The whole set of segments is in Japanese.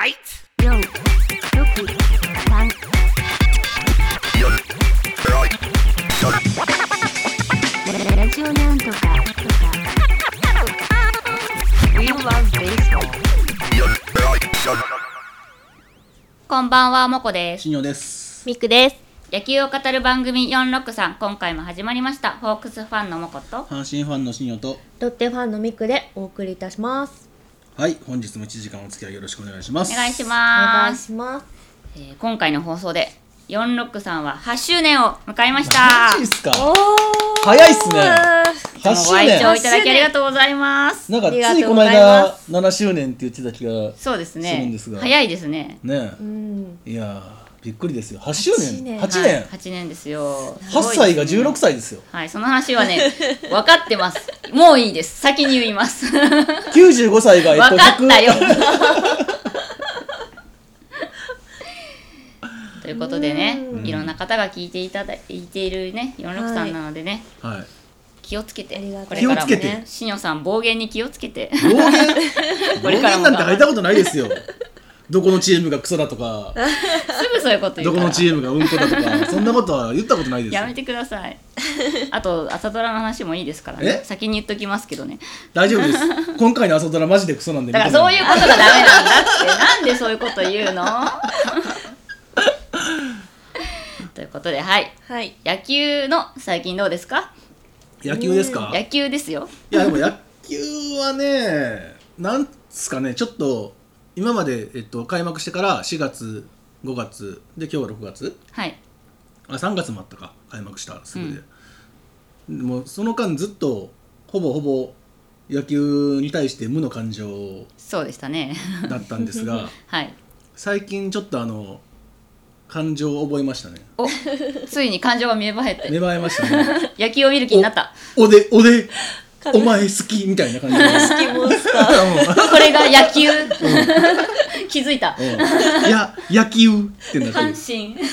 4、6、3ラジオなんとかWe love baseball。 こんばんは、もこです。 しんよです。 ミクです。 野球を語る番組463、今回も始まりました。ホークスファンのもこと阪神ファンのしんよと、 ロッテファンのミクでお送りいたします。 はい、本日も1時間お付き合いよろしくお願いします。 お願いしおま願いす。 します。 今回の放送で463は8周年を迎えました。 マジっすか。 おー、 早いっすね。 いつも 8周ご愛聴年。 いただきありがとうございます。 なんかつありがというこのございま間7周年って言ってた気がそうですするんねですが早いですね。 ねうん、 え。いやーびっくりですよ。8周年。8 8 年。 はい、8年ですよ。 8歳が16歳ですよ。 はい、その話はね分かってます。もういいです。先に言います 95歳が分かったよということでね、いろんな方が聞いていただいているね463なのでね、 はい。 気をつけて、 ありがとうこれからも気をつけてね、しにょさん暴言に気をつけて暴言これからもなんて入ったことないですよ。どこのチームがクソだとか、 すぐそういうこと言どこうからのチームがうんこだとか、そんなことは言ったことないですよ。 やめてください。あと朝ドラの話もいいですからね、 え先に言っときますけどね。 大丈夫です。今回の朝ドラマジでクソなんで見てない。 だからそういうことがダメなんだってなんでそういうこと言うのということで、はいはい。 野球の最近どうですか？ 野球ですか？ 野球ですよ。 いやでも野球はね、なんすかね、ちょっと今まで、開幕してから4月5月で今日は6月はい 3月もあったか、開幕したすぐで、もうその間ずっとほぼ野球に対して無の感情そうでしたねだったんですがはい最近ちょっと感情を覚えましたね。 おついに感情が芽生えて芽生えましたね。 野球を見る気になった。 おでお前好きみたいな感じで好きモンスター。 これが野球気づいた。 いや野球ってなってる。 阪神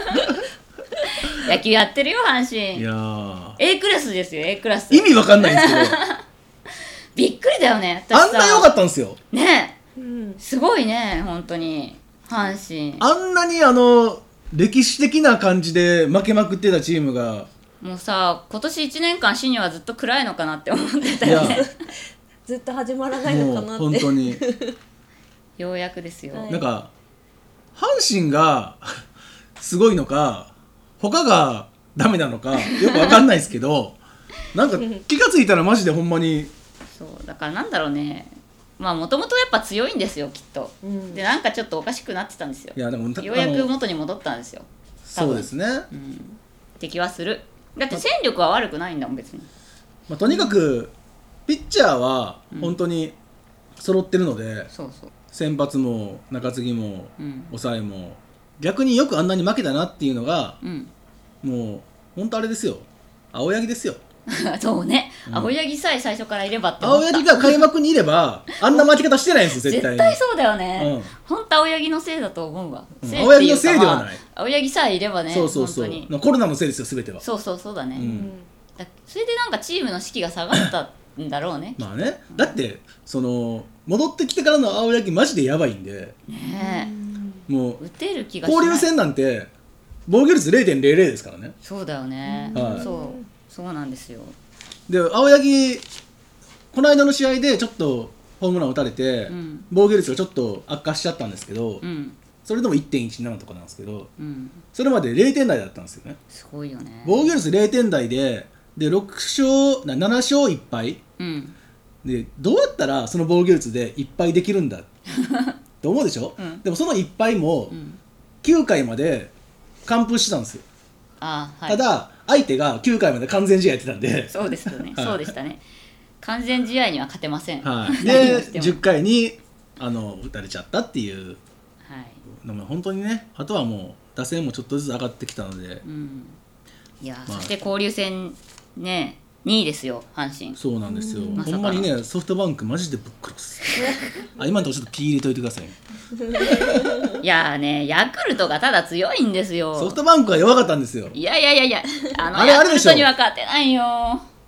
野球やってるよ阪神。 いやー A クラスですよ A クラス。 意味わかんないんですけどびっくりだよね。 あんな良かっったんですよ。 ねえ、 うん。 すごいね本当に阪神。 あんなに歴史的な感じで負けまくってたチームが、 もうさ今年1年間シニョはずっと暗いのかなって思ってたいやよねずっと始まらないのもうかなって。 本当にようやくですよ、 はいなんか阪神がすごいのか他がダメなのかよくわかんないですけどなんか気がついたらマジでほんまにそうだからなんだろうね、まあもともとやっぱ強いんですよきっと、 うんでなんかちょっとおかしくなってたんですよ。 いやでもようやく元に戻ったんですよ多分そうですね、 って気はする。だって戦力は悪くないんだもん別に。 まあ、とにかくピッチャーは本当に揃ってるので、 そうそう先発も中継ぎもうん抑えも逆によくあんなに負けたなっていうのがうんもう本当あれですよ、青柳ですよ。 そうね、青柳さえ最初からいればって思った。 青柳が開幕にいればあんな負け方してないんですよ絶対に。 絶対そうだよね、 うんほんと青柳のせいだと思うわ、 うんせいっていうか青柳のせいではないまあ青柳さえいればね、 そうそうそう、 本当にコロナのせいですよ全ては。 そうだね、 うんそれでなんかチームの士気が下がったんだろうねまあね、だって戻ってきてからの青柳マジでやばいんで、 ねもうえ打てる気がしない。 交流戦なんて防御率 0.00 ですからね。 そうだよね、 はいそうなんですよ。 で青柳この間の試合でちょっとホームラン打たれて、 うん防御率がちょっと悪化しちゃったんですけど、 うんそれでも 1.17 とかなんですけどうんそれまで0点台だったんですよね。 すごいよね。 防御率0点台で7勝1敗うんで、どうやったらその防御率で1敗できるんだと思うでしょ、 うんでもその1敗もうん 9回まで完封してたんですよ、 はい、 ただ相手が9回まで完全試合やってたんで、 そうですよね、 はいそうでしたね。完全試合には勝てません。 はい、 何でをしても 10回に打たれちゃったっていうはいのも本当にね、あとはもう打線もちょっとずつ上がってきたので、 うん、いや、 まあそして交流戦ね2位ですよ阪神。 そうなんですよ、 まさかほんまにねソフトバンクマジでぶっ殺す今のとこちょっとピー入れといてください。 いやーね、ヤクルトがただ強いんですよ。 ソフトバンクは弱かったんですよ。 いやあれヤクルでしょトには勝てないよ。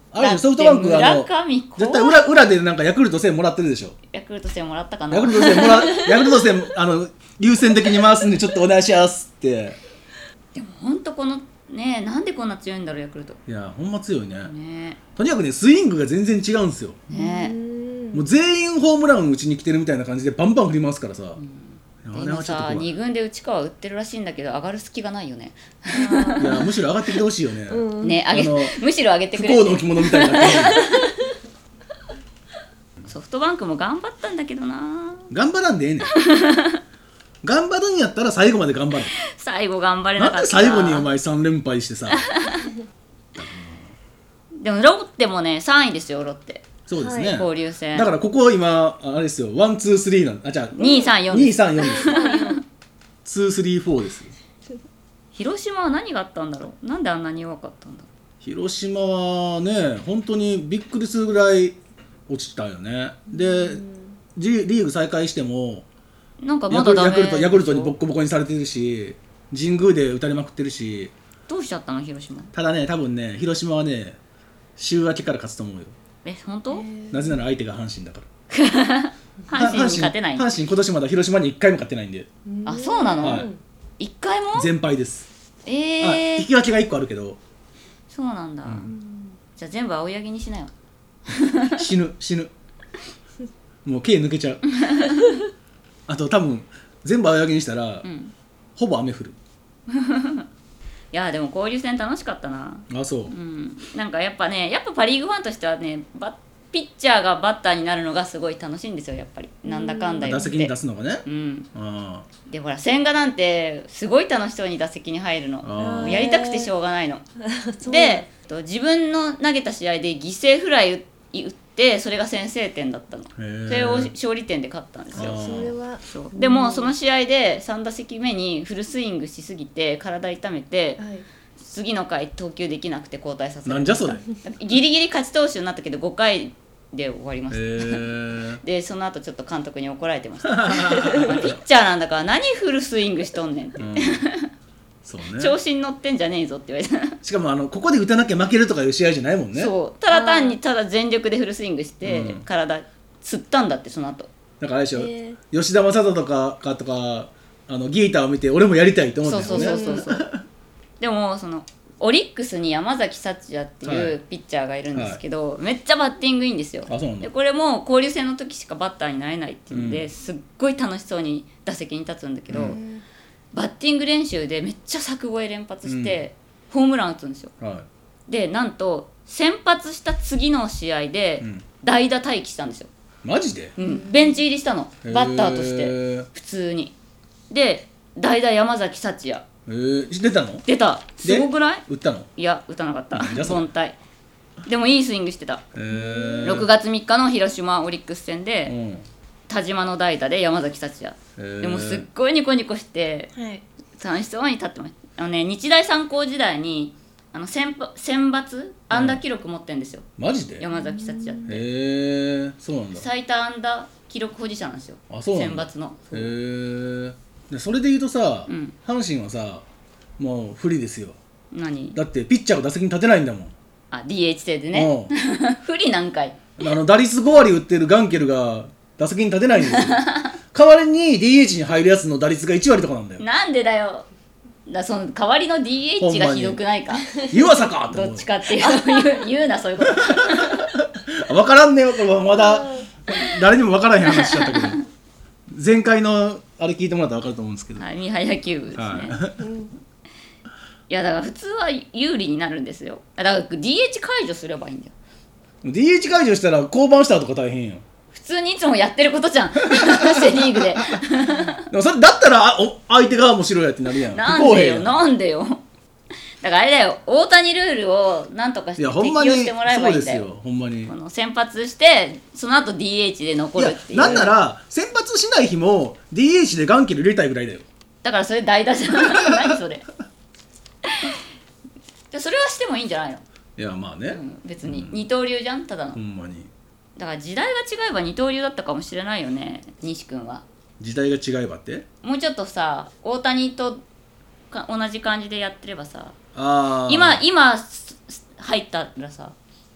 あれソフトバンク村上絶対裏でなんかヤクルト1000もらってるでしょ。 ヤクルト戦もらったかな。 ヤクルト1000優先的に回すんでちょっとお願いしますって。 でもほんとこのね、なんでこんな強いんだろうヤクルト。 いやほんま強いね。 ねとにかくねスイングが全然違うんですよ。 ねもう全員ホームラン打ちに来てるみたいな感じでバンバン振りますからさ。 で今さ2軍で内川売ってるらしいんだけど上がる隙がないよね。 いやむしろ上がってきてほしいよね。 ねむしろ上げてくれ不幸の置物みたいになってソフトバンクも頑張ったんだけどな。 頑張らんでええねん。頑張るんやったら最後まで頑張る。 最後頑張れなかった。 なんで最後にお前3連敗してさ。 でもロッテもね3位ですよロッテ。 そうですね、 交流戦だからここ今あれですよワンツースリーなんじゃあ 234 234です234です。 広島は何があったんだろう。なんであんなに弱かったんだろ広島はね本当にびっくりするぐらい落ちたよね。でリーグ再開してもう。なんかまだダメヤクルトにボッコボコにされてるし神宮で打たれまくってるし。 どうしちゃったの広島。 ただね多分ね広島はね週明けから勝つと思うよ。 本当？ なぜなら相手が阪神だから。 阪神に勝てない。 阪神今年まだ広島に1回も勝ってないんで。 あ、そうなの？ はい、 1回も？ 全敗です。引き分けが1個あるけど。 そうなんだ、じゃあ全部青柳にしなよ。 死ぬもう毛抜けちゃう。あと多分全部青柳にしたら、ほぼ雨降る。 いやでも交流戦楽しかったな。 あ、そう、 なんかやっぱパ・リーグファンとしてはねピッチャーがバッターになるのがすごい楽しいんですよやっぱり。なんだかんだ言って打席に出すのがね。 でほら千賀なんてすごい楽しそうに打席に入るの。やりたくてしょうがないの。で自分の投げた試合で犠牲フライ打ってそれが先制点だったの。それを勝利点で勝ったんですよ。 それはでもその試合で3打席目にフルスイングしすぎて体痛めて、次の回投球できなくて交代させた。 なんじゃそれ。 ギリギリ勝ち投手になったけど5回で終わりました。でその後ちょっと監督に怒られてました。ピッチャーなんだから何フルスイングしとんねんって、そうね、調子に乗ってんじゃねえぞって言われた。 しかもここで打たなきゃ負けるとかいう試合じゃないもんね。 そうただ単に全力でフルスイングして、体つったんだってその後。 だからあれでしょ、吉田正尚とかギーターを見て俺もやりたいと思うんですよね。 そうでもそのオリックスに山崎福也っていうピッチャーがいるんですけど、めっちゃバッティングいいんですよ。でこれも交流戦の時しかバッターになれないっていうので、すっごい楽しそうに打席に立つんだけど、バッティング練習でめっちゃ柵越え連発して、ホームラン打つんですよ。でなんと先発した次の試合で代打待機したんですよ。 マジで？ ベンチ入りしたのバッターとして普通に。で代打山崎福也出たの？ 出た。すごくない？ 打ったの？ いや打たなかった。凡退。でもいいスイングしてた。6月3日の広島オリックス戦で、田島の代打で山崎福也。でもすっごいニコニコして楽しそうに立ってました。日大三高時代に選抜安打記録持ってるんですよ。マジで？山崎福也って。そうなんだ。最多安打記録保持者なんですよ。選抜の。 それで言うとさ、阪神はさもう不利ですよ。 何？ だってピッチャーが打席に立てないんだもん。 DH 制でね。不利なんかい。 打率5割打ってるガンケルが打席に立てないんですよ。代わりに DH に入るやつの打率が1割とかなんだよ。 なんでだよ。その代わりの DH がひどくないか。 湯浅かってどっちかっていう言うなそういうこと。 分からんねよ。これまだ誰にも分からへん話しちゃったけど。前回のあれ聞いてもらったら分かると思うんですけど。 ミハ野球部ですね。いやだから普通は有利になるんですよ。だから DH 解除すればいいんだよ。 DH 解除したら降板したとか大変よ。 普通にいつもやってることじゃん。セ・リーグで。 でもそれだったら相手側もしろやってなるやん。 なんでよ。だからあれだよ、大谷ルールをなんとかして適用してもらえばいいんだよ。 そうですよ、ほんまに。 先発してその後 DH で残るっていう。 なんなら先発しない日も DH でガンケル入れたいぐらいだよ。 だからそれ代打じゃん。何それ。それはしてもいいんじゃないの？ いやまあね、 別に二刀流じゃんただの。 ほんまに。 だから時代が違えば二刀流だったかもしれないよね、西君は。 時代が違えばって？もうちょっとさ、大谷と同じ感じでやってればさ、 今入ったらさ、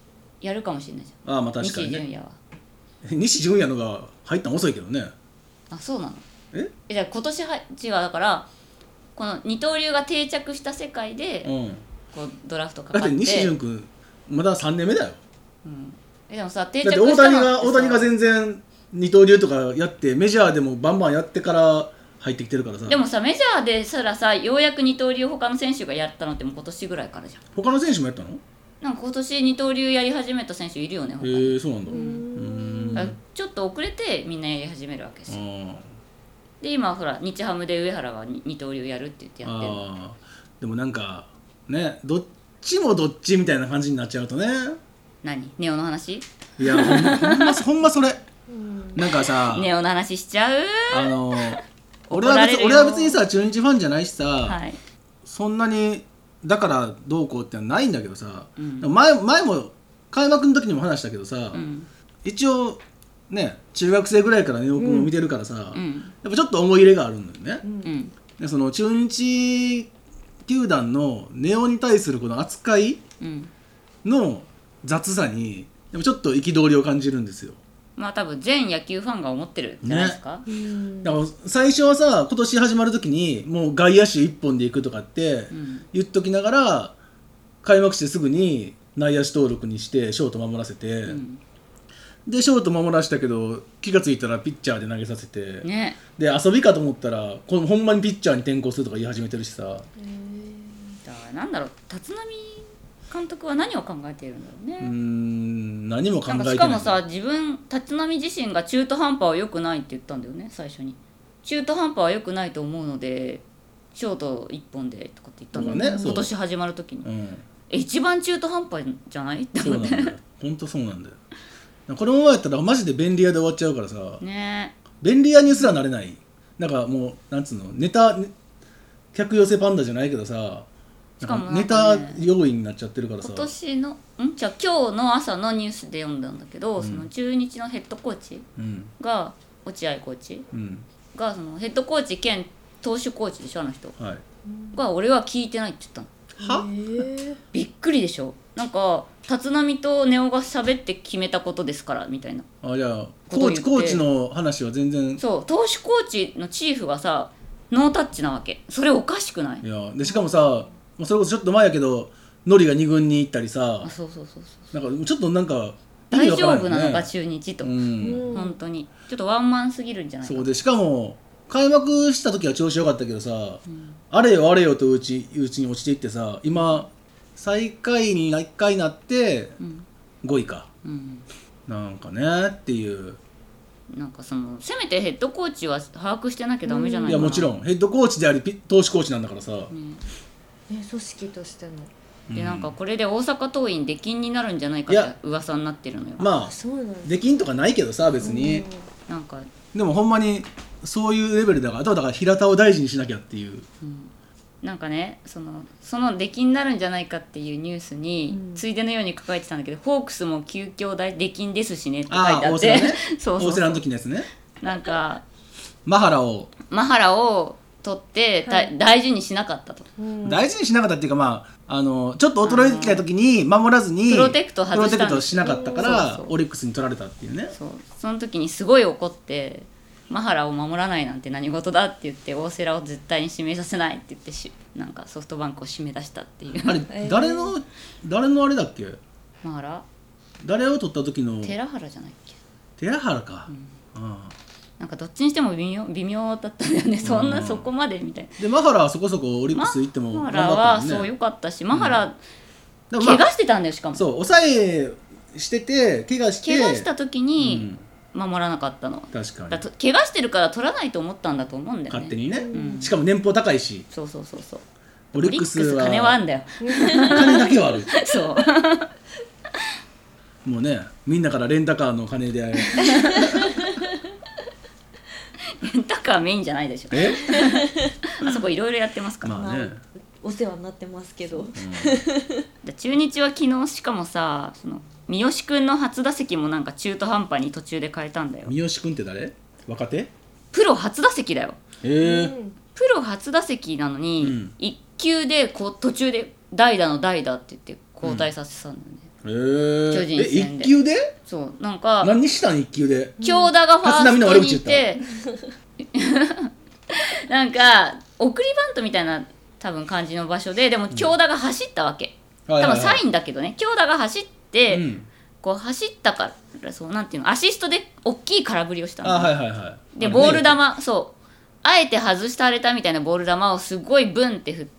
やるかもしれないじああまあゃん、 確かにね。 西純也は。 西純也のが入ったの遅いけどね。 あ、そうなの。 えじゃあ今年は違う、だからこの二刀流が定着した世界で、 うんこうドラフトかだってかって西純君まだ3年目だよ。 でもさ、定だって着したのってさ大谷が全然二刀流とかやってメジャーでもバンバンやってから入ってきてるからさ。 でもさ、メジャーですらさ、ようやく二刀流を他の選手がやったのってもう今年ぐらいからじゃん。 他の選手もやったの？ なんか今年二刀流やり始めた選手いるよね、他に。 へえそうなんだ。 だからちょっと遅れてみんなやり始めるわけですよ。 あで今ほら日ハムで上原が二刀流やるって言ってやってる。 あでもなんかねどっちもどっちみたいな感じになっちゃうとね。 何ネオの話？ いやほんまそれ。なんかさネオの話しちゃう？ 俺怒られるよは別にさ中日ファンじゃないしさ、 はい。 そんなにだからどうこうってのはないんだけどさ、 うん前も開幕の時にも話したけどさ、 うん一応ね中学生ぐらいからネオ君を見てるからさ、 うんやっぱちょっと思い入れがあるんだよね、 うんでその中日球団のネオに対するこの扱いうん。 の雑さにやっぱちょっと憤りを感じるんですよ。 まあ多分全野球ファンが思ってるんじゃないですか？ だから最初はさ今年始まる時にもう外野手1本で行くとかってうん言っときながら開幕してすぐに内野手登録にしてショート守らせて、 うんでショート守らせたけど気がついたらピッチャーで投げさせて、 ね。 で遊びかと思ったらほんまにピッチャーに転向するとか言い始めてるしさ、 だからなんだろう、立浪監督は何を考えているんだろうね。 何も考なんかえてない。 しかもさ、立浪自身が中途半端は良くないって言ったんだよね、最初に。中途半端は良くないと思うのでショート1本でとかって言ったんだよね、 そう今年始まる時に、 うん一番中途半端じゃないってそう思ってなんだよほんとそうなんだよ。このままやったらマジで便利屋で終わっちゃうからさ、 ね。 便利屋にすらなれない。なんかもうなんつうのネタ客寄せパンダじゃないけどさ、 しかもネタ要員になっちゃってるからさ。 今年のじゃあ今日の朝のニュースで読んだんだけど、その中日のヘッドコーチうんが落合コーチうんがそのヘッドコーチ兼投手コーチでしょ、あの人はい。 が俺は聞いてないって言ったの。 は？ びっくりでしょ。なんか立浪とネオが喋って決めたことですからみたいな。 あじゃあことを言ってコーチの話は全然。 そう投手コーチのチーフがさノータッチなわけ。それおかしくない？ いやでしかもさもうそれこそちょっと前やけどノリが2軍に行ったりさあ、そうそうそうそう、 なんかちょっとなんか意大味わからんよね丈夫なのか中日と、 うん本当にちょっとワンマンすぎるんじゃないか。 そうでしかも開幕した時は調子良かったけどさ、あれよあれよとうちに落ちていってさ今最下位に1回なってうん 5位か、 うん、 なんかねっていう。 なんかそのせめてヘッドコーチは把握してなきゃダメじゃないかな。 いやもちろんヘッドコーチであり投手コーチなんだからさ、 組織としてのでなんかこれで大阪桐蔭出禁になるんじゃないかいやって噂になってるのよ。 まあそうなんだできんとかないけどさ別に、 なんかでもほんまにそういうレベルだからあとはだから平田を大事にしなきゃっていう。 なんかねその出禁になるんじゃないかっていうニュースに、ついでのように書かれてたんだけど、ホークスも急遽出禁ですしねって書いてあって大瀬良ねそうそう大瀬良の時のやつね。 なんかマハラをマハラを取って、大事にしなかったと。 大事にしなかったっていうかまあちょっと衰えてきた時に守らずにプロテクト外したんですプロテクトしなかったからそうそうオリックスに取られたっていうね。 その時にすごい怒ってマハラを守らないなんて何事だって言って大瀬良を絶対に指名させないって言ってなんかソフトバンクを締め出したっていうあれ誰のあれだっけ。 マハラ誰を取った時の寺原じゃないっけ。 寺原か、 なんかどっちにしても微妙だったんだよね、そんなそこまでみたいな。 でマハラはそこそこオリックス行ってもマハ頑張ったラはもんね。 そう良かったし、マハラでもまあ怪我してたんだよ。しかもそう抑えしてて怪我して怪我した時に守らなかったの、 確かにだと怪我してるから取らないと思ったんだと思うんだよね。 勝手にね、しかも年俸高いしそうそうそうそう。 オリックスは金はあんだよ金だけはあるそうもうねみんなからレンタカーの金でレンタカーメインじゃないでしょあそこいろいろやってますから、 まあね、 お世話になってますけど、 で中日は昨日しかもさその三好くんの初打席もなんか中途半端に途中で変えたんだよ。 三好くんって誰？若手？ プロ初打席だよ。 へえ、 プロ初打席なのに、 うん 1球でこう途中で代打の代打って言って交代させたんだよね、 巨人戦で 1級でそうなんか何したん1級で京田がファーストにいてなんか送りバントみたいな多分感じの場所ででも京田が走ったわけ、多分サインだけどね京田が走って、こう走ったからそうなんていうのアシストで大きい空振りをしたの、でボール球そうあえて外されたみたいなボール球をすごいブンって振って、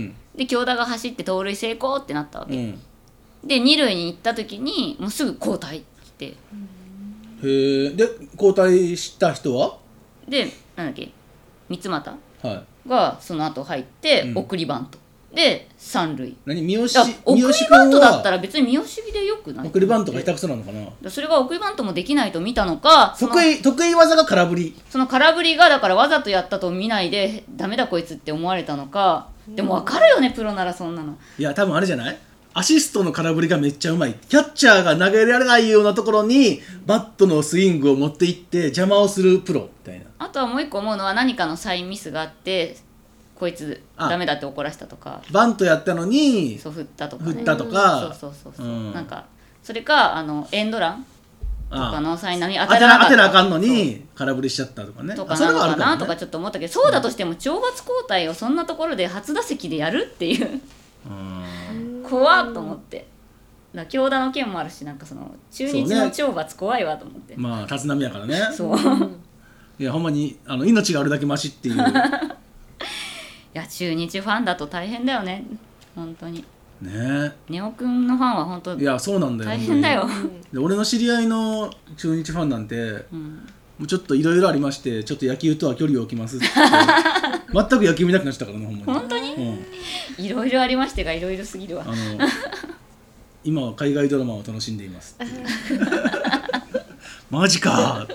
で京田が走って盗塁成功ってなったわけ、で二塁に行った時にもうすぐ交代して、 へえで交代した人はでなんだっけ三俣がその後入って送りバント、で三塁何三好送りバントだったら別に三好でよくない送りバントが下手くそなのかなそれが送りバントもできないと見たのか得意技が空振りその空振りがだからわざとやったと見ないでダメだこいつって思われたのかでも分かるよねプロならそんなのいや多分あれじゃないアシストの空振りがめっちゃうまいキャッチャーが投げられないようなところにバットのスイングを持っていって邪魔をするプロみたいなあとはもう一個思うのは何かのサインミスがあってこいつダメだって怒らせたとかバントやったのにそう振ったとか、ね、そう、なんかそれかエンドランとかのサインなのに当てなあかんのに空振りしちゃったとかねとかなのかなとかちょっと思ったけどそうだとしても懲罰交代をそんなところで初打席でやるっていう怖っと思って京田の件もあるしなんかその中日の懲罰怖いわと思って、 まあ立浪やからねそういやほんまに命があるだけマシっていういや中日ファンだと大変だよね本当にねネオくんのファンは本当いやそうなんだよ大変だよで俺の知り合いの中日ファンなんて、もうちょっといろいろありましてちょっと野球とは距離を置きますって全く野球見なくなっちゃったからねほんまに本当にいろいろありましてがいろいろすぎるわ今は海外ドラマを楽しんでいますっていうマジか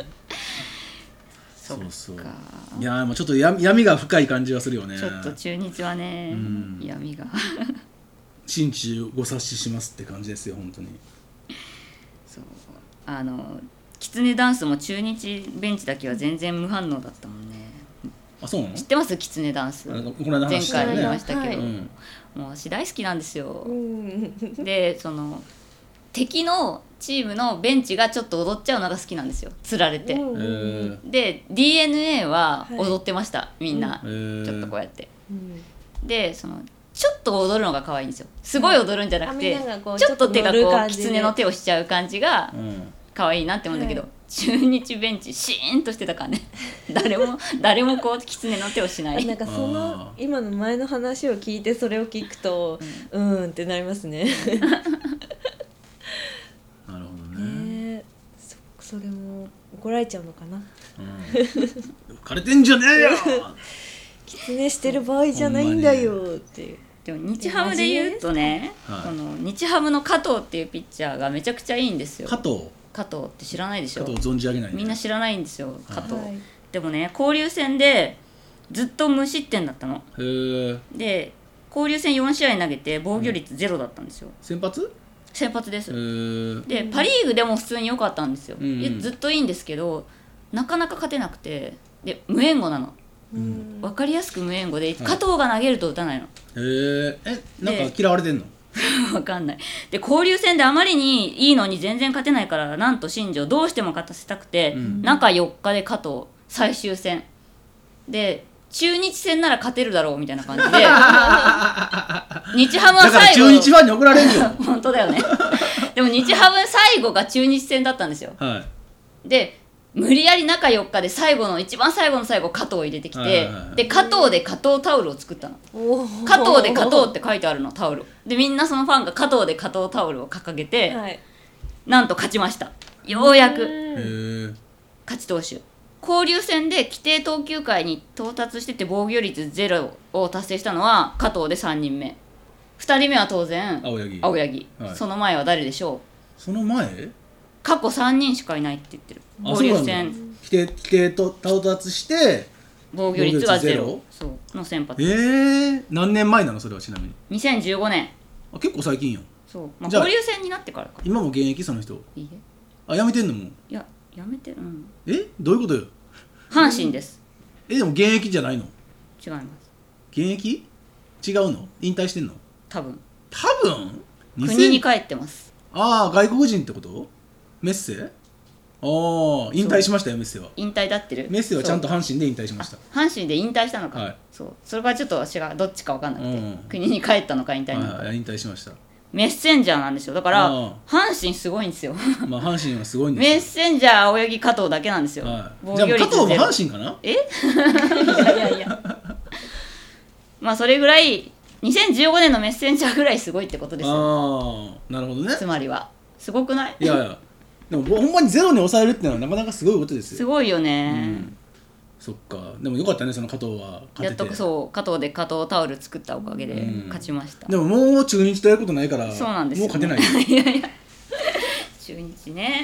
そういやもうちょっと闇が深い感じはするよねちょっと中日はね、闇が心中ご察ししますって感じですよ本当にそうキツネダンスも中日ベンチだけは全然無反応だったもんねあそうなの知ってますキツネダンス前回言いましたけど、もう私大好きなんですよ、でその敵のチームのベンチがちょっと踊っちゃうのが好きなんですよつられて、で DNA は踊ってました、みんな、ちょっとこうやって、でそのちょっと踊るのが可愛いんですよすごい踊るんじゃなくて、ちょっと手がこうキツネの手をしちゃう感じが可愛いなって思うんだけど、中日ベンチシーンとしてたからね誰もこうキツネの手をしないなんかその今の前の話を聞いてそれを聞くとってなりますねなるほどね、 それも怒られちゃうのかな、 枯れてんじゃねえよキツネしてる場合じゃないんだよっていうでも日ハムで言うとね、この日ハムの加藤っていうピッチャーがめちゃくちゃいいんですよ加藤って知らないでしょ加藤存じ上げない、ね、 みんな知らないんですよ加藤、でもね交流戦でずっと無失点だったので交流戦4試合投げて防御率0だったんですよ、 先発ですでパ・リーグでも普通に良かったんですよ、ずっといいんですけどなかなか勝てなくてで無援護なの、分かりやすく無援護で、加藤が投げると打たないのなんか嫌われてんの分かんないで交流戦であまりにいいのに全然勝てないからなんと新庄どうしても勝たせたくて、中4日で加藤最終戦で中日戦なら勝てるだろうみたいな感じで日ハムは最後だから中日ファンに怒られるよ本当だよねでも日ハム最後が中日戦だったんですよ、で無理やり中4日で一番最後の最後加藤を入れてきて、で加藤で加藤タオルを作ったの加藤で加藤って書いてあるのタオルでみんなそのファンが加藤で加藤タオルを掲げて、なんと勝ちましたようやく勝ち投手交流戦で規定投球回に到達してて防御率0を達成したのは加藤で3人目2人目は当然青柳、その前は誰でしょうその前過去3人しかいないって言ってる交流戦規定と到達して防御率が0そうの先発何年前なのそれはちなみに 2015年結構最近よそう、交流戦になってからか今も現役その人いいえ辞めてんのもいや辞めてるどういうことよ阪神です、 でも現役じゃないの違います現役違うの引退してんの多分国に帰ってますああ、外国人ってこと？メッセ？ああ、引退しましたよ、メッセは。 引退だってる。 メッセはちゃんと阪神で引退しました。 阪神で引退したのか、 はい、 それからちょっと私がどっちか分かんなくて、国に帰ったのか引退なのか、 はい、引退しました。 メッセンジャーなんですよ。だから阪神すごいんですよ。 まあ阪神はすごいんですよ。 メッセンジャー青柳加藤だけなんですよ、 はい、 防御率じゃあ加藤も阪神かな。 いやまあそれぐらい2015年のメッセンジャーぐらいすごいってことですよ。 ああ、なるほどね。 つまりはすごくない？ いやいや、でもほんまにゼロに抑えるっていうのはなかなかすごいことですよ。 すごいよね、 そっか。でもよかったね、その加藤は勝てて。 やっとそう加藤で加藤タオル作ったおかげで勝ちました、 でももう中日とやることないから、 そうなんですよ、ね、 もう勝てないよ。 いや中日ね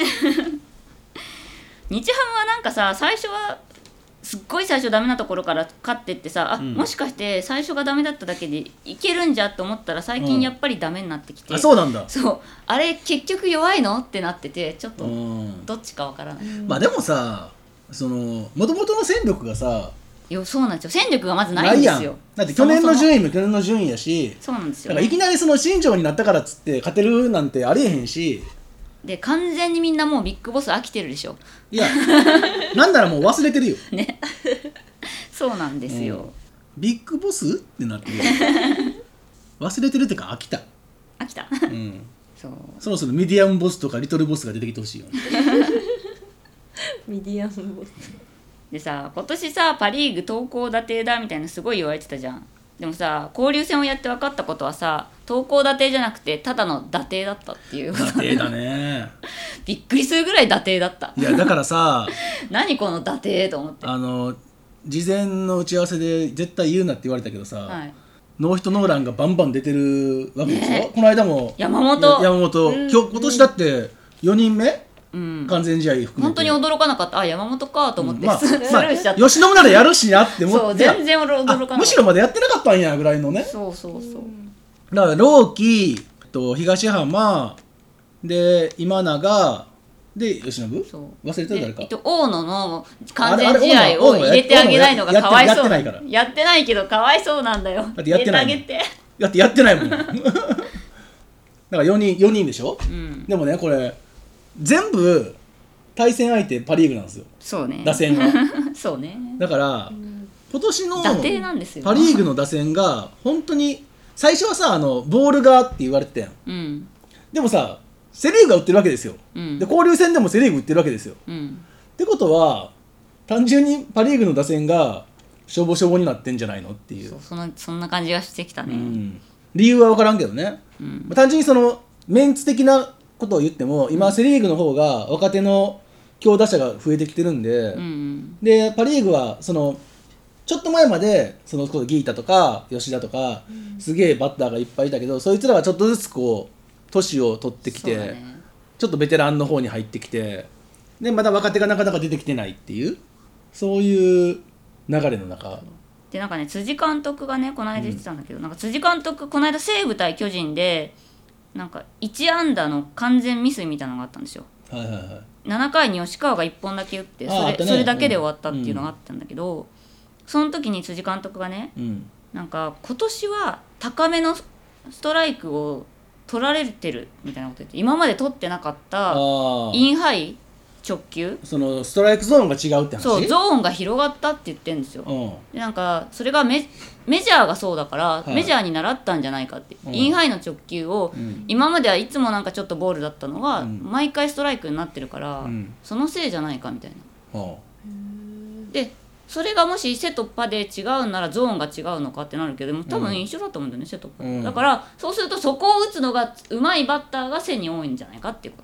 日ハムはなんかさ、最初はすっごい最初ダメなところから勝ってってさ、もしかして最初がダメだっただけでいけるんじゃと思ったら最近やっぱりダメになってきて、 あ、そうなんだ。 そう、あれ結局弱いのってなってて、ちょっとどっちかわからない。 まあでもさ、その元々の戦力がさ、 そうなんですよ、戦力がまずないんですよ。 だって去年の順位も去年の順位やし、 そうなんですよ、 だからいきなりその新庄になったからっつって勝てるなんてありえへんし、 で完全にみんなもうビッグボス飽きてるでしょ。 いやなんならもう忘れてるよねそうなんですよ、 ビッグボスってなってるよ忘れてるってか飽きた。 飽きたそう、 そろそろミディアムボスとかリトルボスが出てきてほしいよねミディアムボスでさ、今年さパ・リーグ投高打低だみたいなすごい言われてたじゃん。でもさ、交流戦をやって分かったことはさ、投高打低じゃなくてただの打低だったっていう。 打低だねびっくりするぐらい打低だった。 いやだからさ何この打低と思って。 事前の打ち合わせで絶対言うなって言われたけどさ、 はい、 ノーヒットノーランがバンバン出てるわけでしょ、この間も山本、 今年だって4人目、完全試合含めて本当に驚かなかった。あ、山本かと思って、スルーしちゃった。 吉野ならやるしなって思って、 そう、全然驚かなかった。 むしろまだやってなかったんやぐらいのね。 そうそうそう。 だから朗希と東浜で今永で吉信、忘れてる誰か。 大野の完全試合を入れてあげないのがかわいそう。やってないから。やってないけどかわいそうなんだよ。 だってやってないもん。だってやってないもん。だから4人でしょ、でもね、これ全部対戦相手パ・リーグなんですよ。 そうね。 打線がそうね。 だから今年の打低なんですよ。 パ・リーグの打線が本当に最初はさ、ボールがって言われてたやん、でもさ、セ・リーグが打ってるわけですよ、で交流戦でもセ・リーグ打ってるわけですよ、ってことは単純にパ・リーグの打線がしょぼしょぼになってんじゃないのっていう、 そんな感じがしてきたね、 理由は分からんけどね、単純にそのメンツ的なことを言っても今セ・リーグの方が若手の強打者が増えてきてるんで、でパ・リーグはそのちょっと前までそのギータとか吉田とか、すげえバッターがいっぱいいたけど、そいつらがちょっとずつこう年を取ってきて、ちょっとベテランの方に入ってきて、でまだ若手がなかなか出てきてないっていう、そういう流れの中で、なんかね、辻監督がねこの間言ってたんだけど、なんか辻監督この間西武対巨人でなんか1安打の完全未遂みたいなのがあったんですよ。7回に吉川が1本だけ打ってそれだけで終わったっていうのがあったんだけど、その時に辻監督がね、なんか今年は高めのストライクを取られてるみたいなこと言って、今まで取ってなかったインハイ直球、 そのストライクゾーンが違うって話。 そう、ゾーンが広がったって言ってるんですよ、でなんかそれがメジャーがそうだから、メジャーに習ったんじゃないかって、インハイの直球を、今まではいつもなんかちょっとボールだったのが、毎回ストライクになってるから、そのせいじゃないかみたいな、でそれがもし背とパで違うならゾーンが違うのかってなるけど、でも多分一緒だと思うんだよね、背とパ、だからそうするとそこを打つのが上手いバッターが背に多いんじゃないかっていうこと。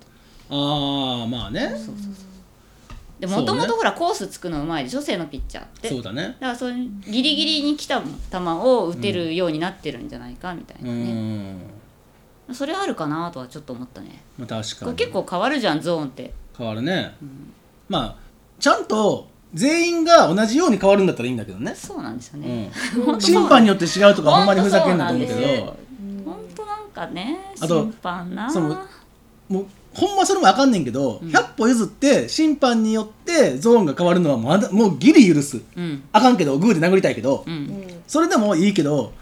まあね。 でもともとほらコースつくの上手いでしょ、背のピッチャーって。 そうだね。 だからそういうギリギリに来た球を打てるようになってるんじゃないかみたいなね、それあるかなとはちょっと思ったね。 確かにこれ結構変わるじゃん、ゾーンって。 変わるね、まあちゃんと全員が同じように変わるんだったらいいんだけどね。 そうなんですよね、 審判によって違うとかほんまにふざけんなと思うけど、 本当なんかね、 あと審判な、 もうほんまそれもあかんねんけど、100歩譲って審判によってゾーンが変わるのはもうギリ許す、あかんけどグーで殴りたいけど、それでもいいけど、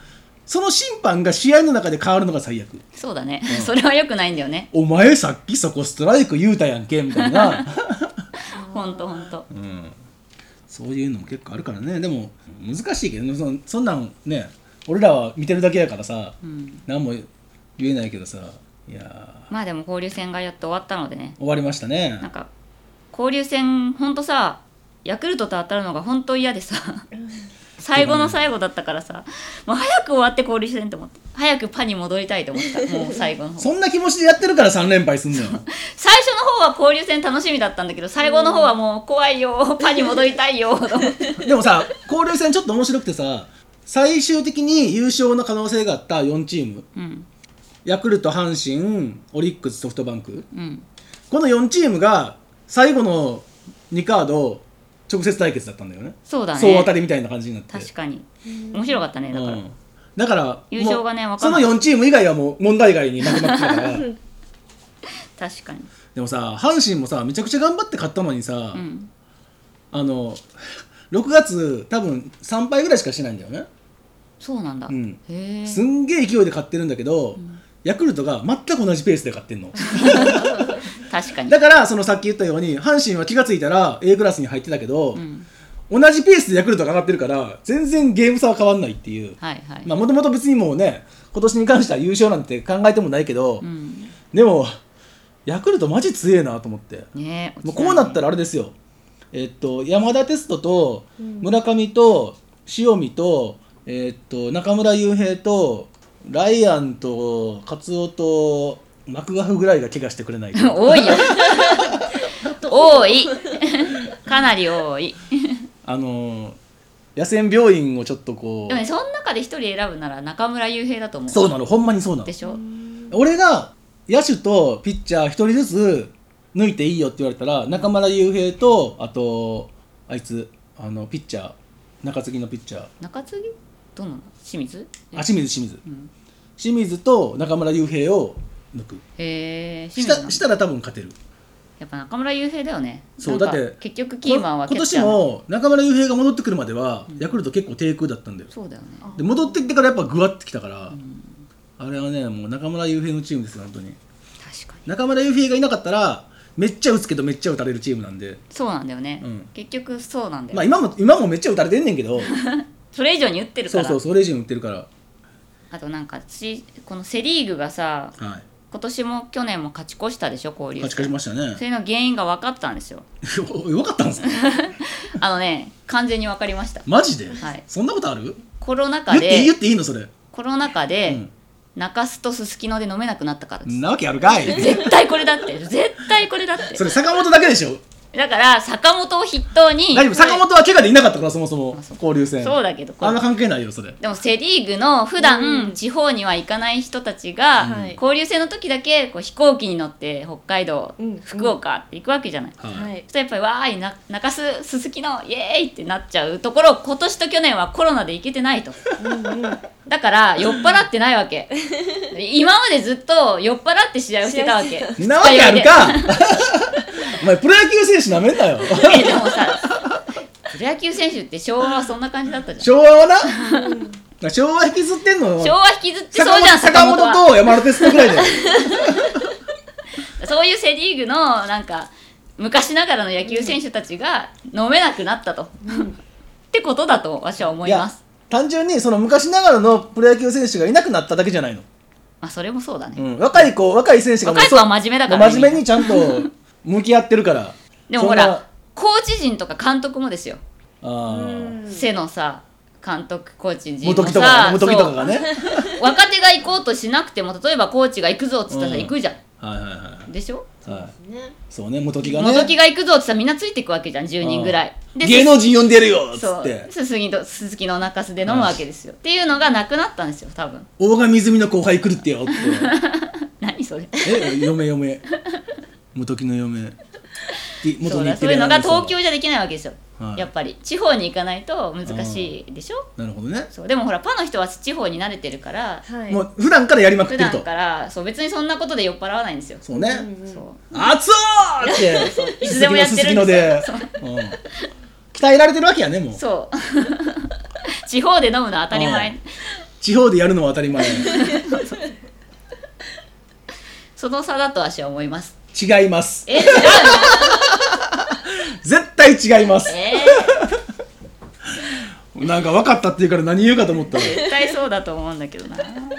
その審判が試合の中で変わるのが最悪。 そうだね、それは良くないんだよね。 お前さっきそこストライク言うたやんけみたいなほんと、 そういうのも結構あるからね。でも難しいけどね、そんなんね、俺らは見てるだけやからさ、何も言えないけどさ。いやまあでも交流戦がやっと終わったのでね、 終わりましたね。 なんか交流戦ほんとさ、ヤクルトと当たるのが本当嫌でさ最後の最後だったからさ、もう早く終わって交流戦って思って、早くパに戻りたいと思ったもう最後の方そんな気持ちでやってるから3連敗すんのよ最初の方は交流戦楽しみだったんだけど、最後の方はもう怖いよ、パに戻りたいよと思ってでもさ、交流戦ちょっと面白くてさ、最終的に優勝の可能性があった4チーム、ヤクルト、阪神、オリックス、ソフトバンク、この4チームが最後の2カード直接対決だったんだよね。 そうだね、 総当たりみたいな感じになって、 確かに面白かったね。 だから優勝がね、分かその4チーム以外はもう問題外に負けまくってたから確かに。 でもさ、阪神もさ、めちゃくちゃ頑張って勝ったのにさ、6月多分3敗ぐらいしかしてないんだよね。 そうなんだ、へえ。 すんげえ勢いで勝ってるんだけど、ヤクルトが全く同じペースで勝ってんの確かに。 だからそのさっき言ったように、阪神は気がついたら A クラスに入ってたけど、同じペースでヤクルトが上がってるから全然ゲーム差は変わんないっていう。まあもともと別にもうね、今年に関しては優勝なんて考えてもないけど、でもヤクルトマジ強えなと思って、もうこうなったらあれですよ、山田哲人と村上と塩見と、中村悠平とライアンとカツオとマクガフぐらいが怪我してくれないと多いよ多いかなり多い野戦病院をちょっとこう、 でもね、その中で一人選ぶなら中村悠平だと思う。 そうなの、ほんまにそうなのでしょ。 俺が野手とピッチャー一人ずつ抜いていいよって言われたら、中村悠平とあとあいつピッチャー、中継ぎのピッチャー、 中継ぎどの清水、 清水と中村悠平を抜く。 へえ。 したら多分勝てる。 やっぱ中村悠平だよね。 そうだって結局キーマンは今年も中村悠平が戻ってくるまでは、ヤクルト結構低空だったんだよ。 そうだよね。 で戻ってきてからやっぱグワってきたから、あれはね、もう中村悠平のチームですよ本当に。 確かに。 中村悠平がいなかったらめっちゃ打つけどめっちゃ打たれるチームなんで。 そうなんだよね、結局そうなんだよ。 まあ今もめっちゃ打たれてんねんけどそれ以上に打ってるから。 そうそれ以上に打ってるから。 あとなんかこのセリーグがさ、今年も去年も勝ち越したでしょ、交流戦。 勝ち越しましたね。 それの原因が分かったんですよ分かったんですか完全に分かりました。 マジで、そんなことある？ コロナ禍で言っていいのそれ。 コロナ禍で、中洲とすすきので飲めなくなったからです。 なわけあるかい絶対これだってそれ坂本だけでしょ。 だから坂本を筆頭に。 大丈夫、坂本は怪我でいなかったから、そもそも交流戦。 そうだけどあんな関係ないよそれ。 でもセリーグの普段地方には行かない人たちが、交流戦の時だけこう飛行機に乗って北海道、福岡って行くわけじゃない、そしたらやっぱりわーい中洲すすきのイエーイってなっちゃうところ、今年と去年はコロナで行けてないとだから酔っ払ってないわけ今までずっと酔っ払って試合をしてたわけなわけあるかお前プロ野球選手なめんなよでもさ、プロ野球選手って昭和はそんな感じだったじゃん。 昭和はな昭和引きずってんの。 昭和引きずってそうじゃん、 坂本と山田哲人ぐらいだよそういうセリーグのなんか昔ながらの野球選手たちが飲めなくなったと、ってことだと私は思います。 単純にその昔ながらのプロ野球選手がいなくなっただけじゃないの。 それもそうだね、 若い選手が若い子は真面目だから、 真面目にちゃんと向き合ってるからでもほらコーチ陣とか監督もですよ。 あ背のさ監督コーチ陣も元木とさ、 かがね若手が行こうとしなくても、例えばコーチが行くぞっつったら行くじゃん、でしょ。 そうね、元木が行くぞってさみんなついていくわけじゃん、10人ぐらいで芸能人呼んでるよっつってすすきの中洲で飲むわけですよ、っていうのがなくなったんですよ多分。 大神泉の後輩来るってよって何それ嫁元木の嫁そういうのが東京じゃできないわけですよ、やっぱり地方に行かないと難しいでしょ。 なるほどね。 そうでもほらパの人は地方に慣れてるから、 もう普段からやりまくってると。 普段からそう別にそんなことで酔っ払わないんですよ。 そうね、 そう熱ーっていつでもやってるんですよ。 鍛えられてるわけやね、もう。 そう地方で飲むのは当たり前、 地方でやるのは当たり前。 その差だと私は思います。 違います。 違う絶対違います。 の？ なんか分かったって言うから何言うかと思ったら、 絶対そうだと思うんだけどな。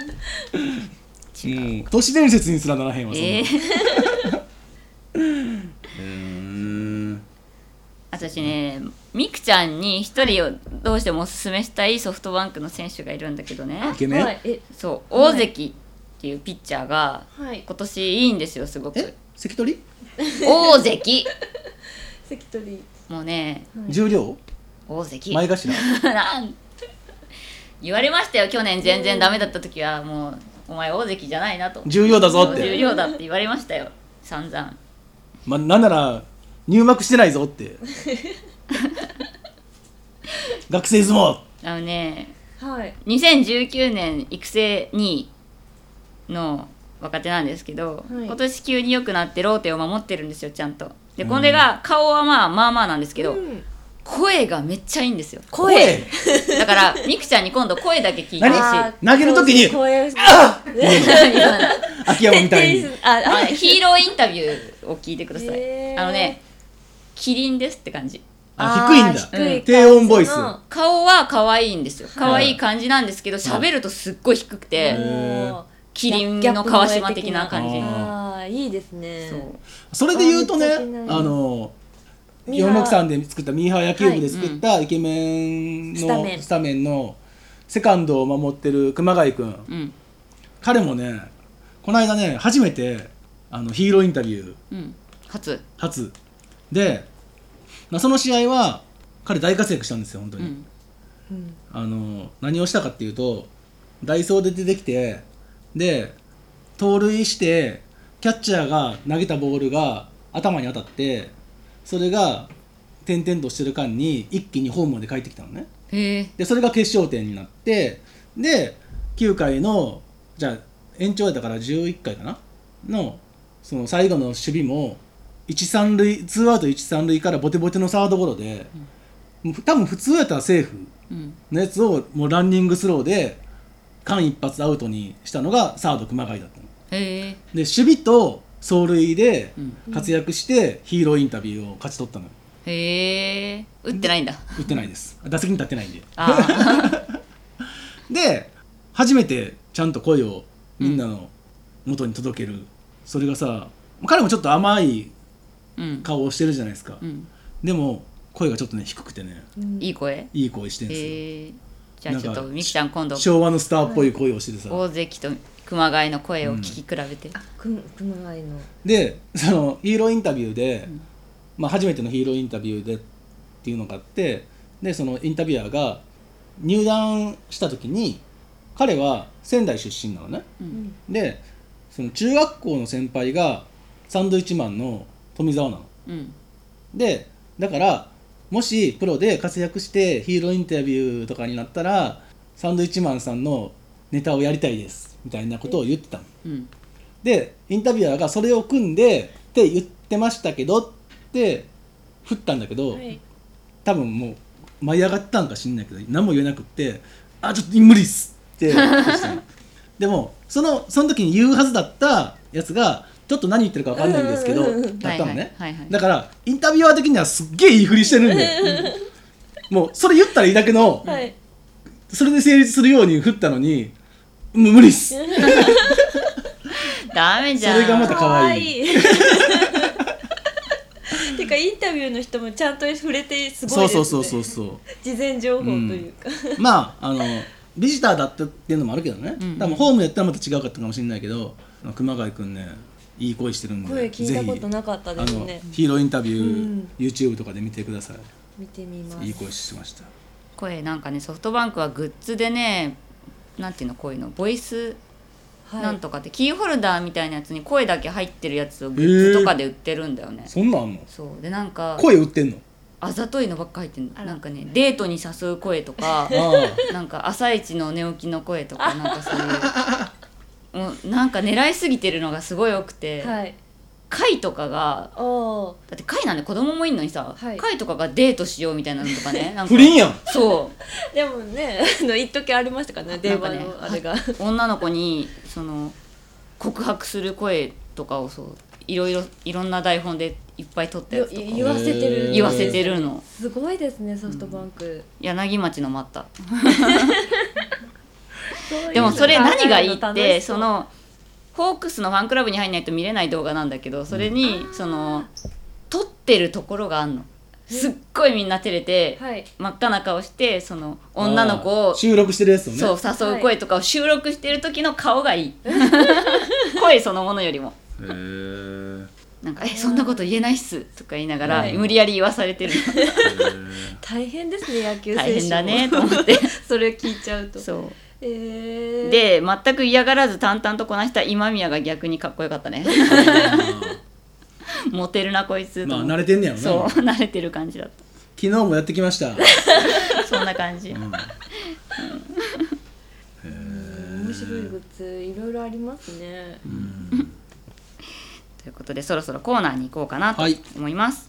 都市伝説にすらならへんわ、そんな。 私ね、みくちゃんに一人をどうしてもおすすめしたいソフトバンクの選手がいるんだけどね。 イケメン、 はいそう大関っていうピッチャーがはい今年いいんですよ、すごく。 関取大関関取もうね、 重量大関前頭なん言われましたよ、去年全然ダメだった時は。もうお前大関じゃないなと、 重量だぞって重量だって言われましたよ、散々。 なんなら入幕してないぞって学生相撲あのね、 はい 2019年育成2位の若手なんですけど、 はい今年急に良くなってローテを守ってるんですよ、ちゃんと。でこれが顔はまあまあなんですけど、 うん声がめっちゃいいんですよ。 声だからみくちゃんに今度声だけ聞いてほしい。 何投げる時に声秋山みたいにヒーローインタビューを聞いてください。 へーあのね、キリンですって感じ。 低いんだ、 低い低音ボイス。 顔は可愛いんですよ、可愛い感じなんですけど、喋るとすっごい低くて、キリンの川島的な感じ。 ああいいですね。 そうそれで言うとね、 めっちゃ気になる 463で作ったミーハー野球部で作ったイケメンのスタメンのセカンドを守ってる熊谷くん、彼もねこの間ね初めてヒーローインタビュー、初で、その試合は彼大活躍したんですよ本当に、何をしたかっていうとダイソーで出てきて、で盗塁してキャッチャーが投げたボールが頭に当たって、それが点々としてる間に一気にホームまで帰ってきたのね。でそれが決勝点になって、で9回のじゃあ延長だから11回かなのその最後の守備も1、3塁2アウト1、3塁からボテボテのサードゴロで、多分普通やったらセーフのやつをもうランニングスローで間一髪アウトにしたのがサード熊谷だったの。で守備と走塁で活躍してヒーローインタビューを勝ち取ったのよ。 打ってないんだ。 打ってないです、打席に立ってないんで。で初めてちゃんと声をみんなの元に届ける、それがさ、彼もちょっと甘い顔をしてるじゃないですか、でも声がちょっとね低くてね、 いい声してるんですよ。 じゃあちょっとみくちゃん今度昭和のスターっぽい声をしててさ、 大関と熊谷の声を聞き比べて、 熊谷のでそのヒーローインタビューで、初めてのヒーローインタビューでっていうのがあって、でそのインタビュアーが入団した時に彼は仙台出身なのね、でその中学校の先輩がサンドイッチマンの富澤なの、でだからもしプロで活躍してヒーローインタビューとかになったらサンドイッチマンさんのネタをやりたいですみたいなことを言ってたの、でインタビュアーがそれを組んでって言ってましたけどって振ったんだけど、多分もう舞い上がったんか知んないけど何も言えなくって、ちょっと無理っすってでもその時に言うはずだったやつがちょっと何言ってるか分かんないんですけどだったのね。だからインタビュアー的にはすっげえいいふりしてるんでもうそれ言ったらいいだけの、それで成立するように振ったのにもう無理っすダメじゃん。 それがまた可愛いてかインタビューの人もちゃんと触れてすごいですね。 そう事前情報というか、 ビジターだったっていうのもあるけどね、多分ホームやったらまた違うかったかもしれないけど、熊谷くんねいい声してるんで、 声聞いたことなかったですね。 ぜひヒーローインタビュー、YouTube とかで見てください。 見てみます。 いい声してました。 声なんかね、ソフトバンクはグッズでね、なんていうの、こういうのボイスなんとかって、キーホルダーみたいなやつに声だけ入ってるやつをグッズとかで売ってるんだよね。 そんなんあんの？ そうで、なんか声売ってんの？ あざといのばっか入ってんの。なんかね、デートに誘う声とかなんか朝一の寝起きの声とか、なんかそういうもうなんか狙いすぎてるのがすごい多くて、貝とかがだって貝なんで子供もいんのにさ、貝とかがデートしようみたいなのとかね、なんか不倫やん。 そでもね一時ありましたからね電話のあれが、 女の子にその告白する声とかをそういろんな台本でいっぱい撮ったやつとか言わせてる言わせてるの。 すごいですねソフトバンク、 柳町の待ったそういうのでもそれ何がいいっ考えるの楽しそうてそのホークスのファンクラブに入んないと見れない動画なんだけど、それにその撮ってるところがあんの。すっごいみんな照れてはい真っ赤な顔してその女の子を収録してるやつをね。 そう誘う声とかを収録してる時の顔がいい声そのものよりもへーなんかそんなこと言えないっすとか言いながら、 はい無理やり言わされてる大変ですね野球選手も大変だねと思ってそれ聞いちゃうとそうでで全く嫌がらず淡々とこなした今宮が逆にかっこよかったねモテるなこいつとまあ思って慣れてんねやろな。 そう慣れてる感じだっ昨日もやってきました。 たそんな感じ、 うん面白いグッズいろいろありますね、 ということでそろそろコーナーに行こうかなとはい思います、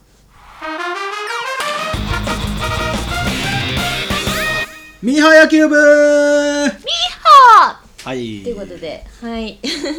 ミーハー野球部ー。はい。 ということではい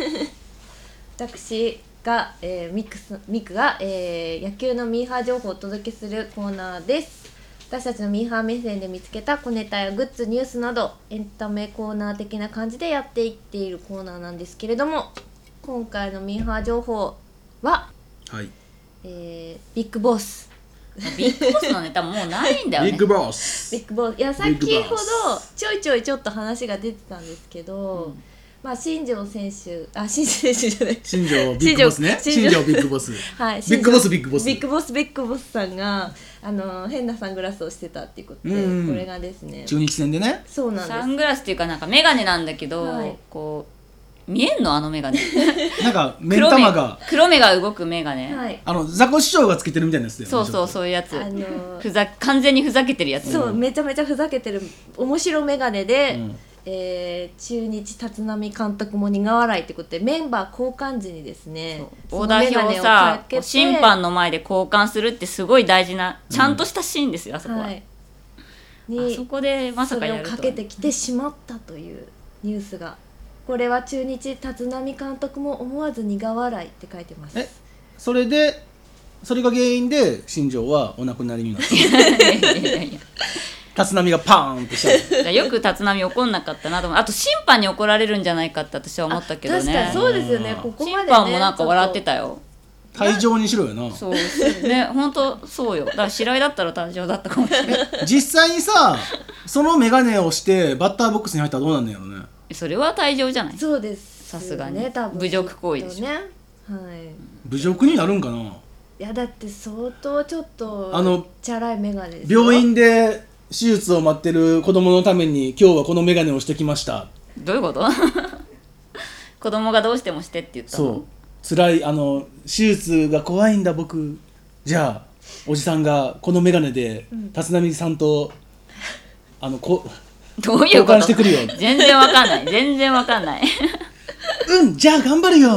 私が、ミクが、野球のミーハー情報をお届けするコーナーです。私たちのミーハー目線で見つけた小ネタやグッズニュースなどエンタメコーナー的な感じでやっていっているコーナーなんですけれども、今回のミーハー情報は、 はい。 ビッグボスビッグボスのネタもうないんだよねビッグボス。 ビッグボスいやさっビッグきほどボスちょいちょいちょっと話が出てたんですけど、まあ新庄選手新庄選手じゃない新庄ビッグボスね。新庄ビッグボス。 はい、 ビッグボスビッグボス。 ビッグボスビッグボスさんが変なサングラスをしてたっていうことで、 うんこれがですね中日戦でね。 そうなんですサングラスっていうかなんかメガネなんだけど、 はいこう見えんのあのメガネなんか目ん玉が黒目が動くメガネ、 はいザコ師匠がつけてるみたいなやつだよね。 そうそうう。 そういうやつ、 ー完全にふざけてるやつそうめちゃめちゃふざけてる面白メガネで、 うん中日立浪監督も苦笑いってことでメンバー交換時にですねオーダー表をさ審判の前で交換するってすごい大事なちゃんとしたシーンですよ、あそこは、 はいあにそこでまさかやるとはそれをかけてきてしまったというニュースが、これは中日立浪監督も思わず苦笑いって書いてます。 それが原因で新庄はお亡くなりになった。 いやいやいや立浪がパーンってした。 よく立浪怒んなかったなと思う。あと審判に怒られるんじゃないかって私は思ったけどね。 確かにそうですよね。ここまでね審判もなんか笑ってたよ。 退場にしろよな。 そうね、本当そうよ。だから白井だったら退場だったかもしれない。 実際にさ、そのメガネをしてバッターボックスに入ったらどうなんねやろね。 それは退場じゃない。 そうですさすがに多分侮辱行為でしょね。はい。 侮辱になるんかな。 いやだって相当ちょっとチャラいメガネですよ。 病院で手術を待ってる子供のために今日はこのメガネをしてきました。 どういうこと子供がどうしてもしてって言ったの。 そう辛い手術が怖いんだ僕。じゃあおじさんがこのメガネで立浪さんとどういうこ交換としてくるよ。 全然わかんない全然わかんないうんじゃあ頑張るよ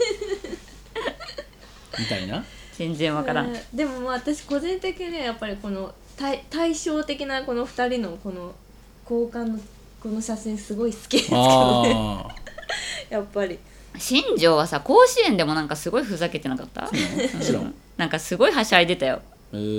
みたいな。 全然わからん、 でもまあ私個人的にはやっぱりこの対照的なこの2人のこの交換のこの写真すごい好きですけどね。 あやっぱり新庄はさ甲子園でもなんかすごいふざけてなかったもちろん。 なんかすごいはしゃいでたよ。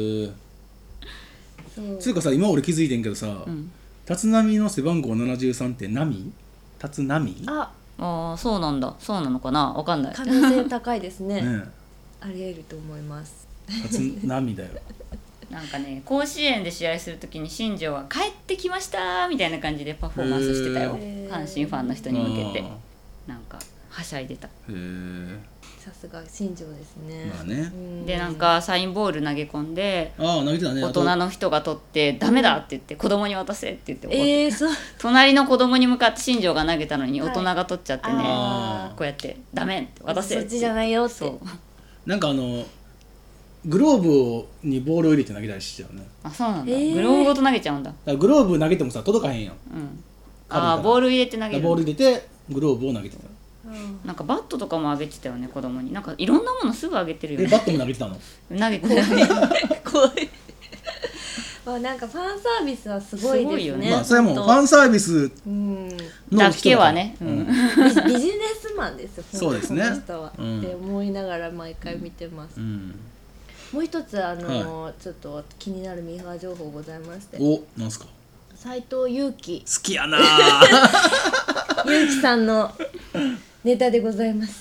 そうつうかさ今俺気づいてんけどさ、 ん立浪の背番号73って波立浪あああそうなんだ。そうなのかなわかんない。 可能性高いですね。 ねありえると思います。 立浪だよ。 なんかね甲子園で試合するときに新庄は帰ってきましたみたいな感じでパフォーマンスしてたよ。 へー阪神ファンの人に向けてあなんかはしゃいでた。 へえ。 さすが新庄ですね。 まあねうんでなんかサインボール投げ込んでああ投げてたね。 大人の人が取ってダメだって言って子供に渡せって言って怒ってそう隣の子供に向かって新庄が投げたのに大人が取っちゃってね、 あこうやってダメって渡せそっちじゃないよって。 そうなんかグローブにボールを入れて投げたりしてたよね。 あそうなんだ、 へーグローブごと投げちゃうんだ。 だからグローブ投げてもさ届かへんやん。 うん軽いからあーボール入れて投げる。 ボール入れてグローブを投げてた。 なんかバットとかもあげてたよね子供に。なんかいろんなものすぐあげてるよね。 バットも投げてたの。 投げてない。 怖い。 なんかファンサービスはすごいですね。 すごいよねまあそれはもうファンサービスのだ人からけはね、 ビジネスマンですよ。 そうですねこの人は、 うんって思いながら毎回見てます。もう一つちょっと気になるミーハー情報ございまして、 お、なんすか。 斉藤佑樹好きやなゆうきさんのネタでございます。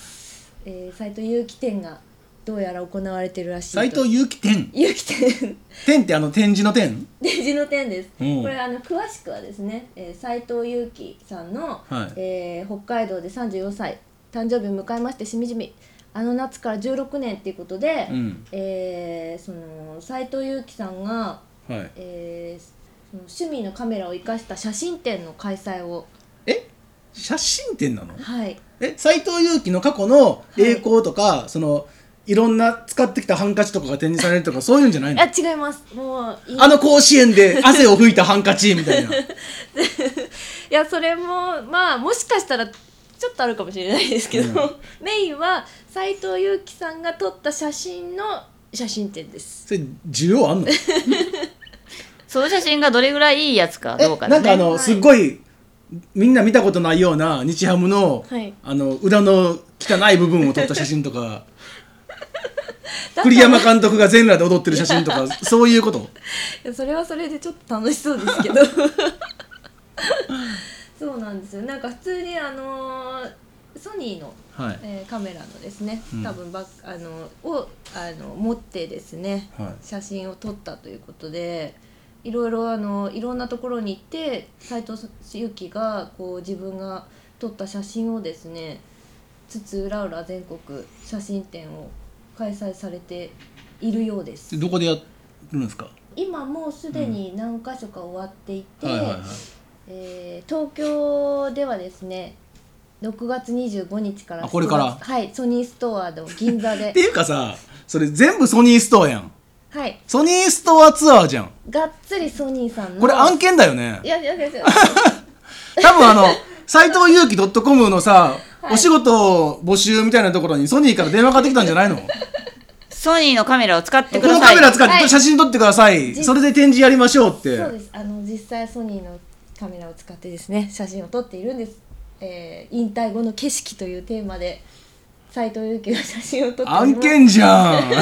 斉藤佑樹展がどうやら行われてるらしいと。 斉藤佑樹展。 佑樹展展って展示の展？ 展示の展です。こうんれ詳しくはですね、斉藤佑樹さんの、 はい北海道で34歳誕生日を迎えまして、しみじみあの夏から16年っていうことで、その斉藤佑樹さんが、 はい。 その趣味のカメラを生かした写真展の開催を、 写真展なの？ はい斉藤佑樹の過去の栄光とか、いろんな使ってきたハンカチとかが展示されるとかそういうんじゃないの？ 違います。もう甲子園で汗を拭いたハンカチみたいな。 いや、それもまあもしかしたらちょっとあるかもしれないですけど、メインは斉藤佑樹さんが撮った写真の写真展です。 それ需要あんの？ その写真がどれぐらいいいやつかどうかなんかね。 はいすっごいみんな見たことないような日ハムの、 はい裏の汚い部分を撮った写真とか栗山監督が全裸で踊ってる写真とかそういうこと？ いや、それはそれでちょっと楽しそうですけどそうなんですよ。なんか普通にソニーの、 はいカメラのですね、 うん多分持ってですね、 はい写真を撮ったということで、いろいろいろんなところに行って斉藤佑樹がこう自分が撮った写真をですね、津々浦々全国写真展を開催されているようです。 どこでやるんですか？ 今もうすでに何か所か終わっていて、 はいはいはい東京ではですね6月25日からこれからはい、ソニーストアの銀座でっていうかさ、それ全部ソニーストアやん。 はい、 ソニーストアツアーじゃん。 がっつりソニーさんのこれ案件だよね。 いや多分斉藤佑樹 .com のさ、 はいお仕事募集みたいなところにソニーから電話かかってきたんじゃないの？ ソニーのカメラを使ってくこのださい。 カメラ使ってはい写真撮ってください、それで展示やりましょうって。 そうです。実際ソニーのカメラを使ってですね写真を撮っているんです。引退後の景色というテーマで斉藤佑樹が写真を撮っております。 案件じゃんで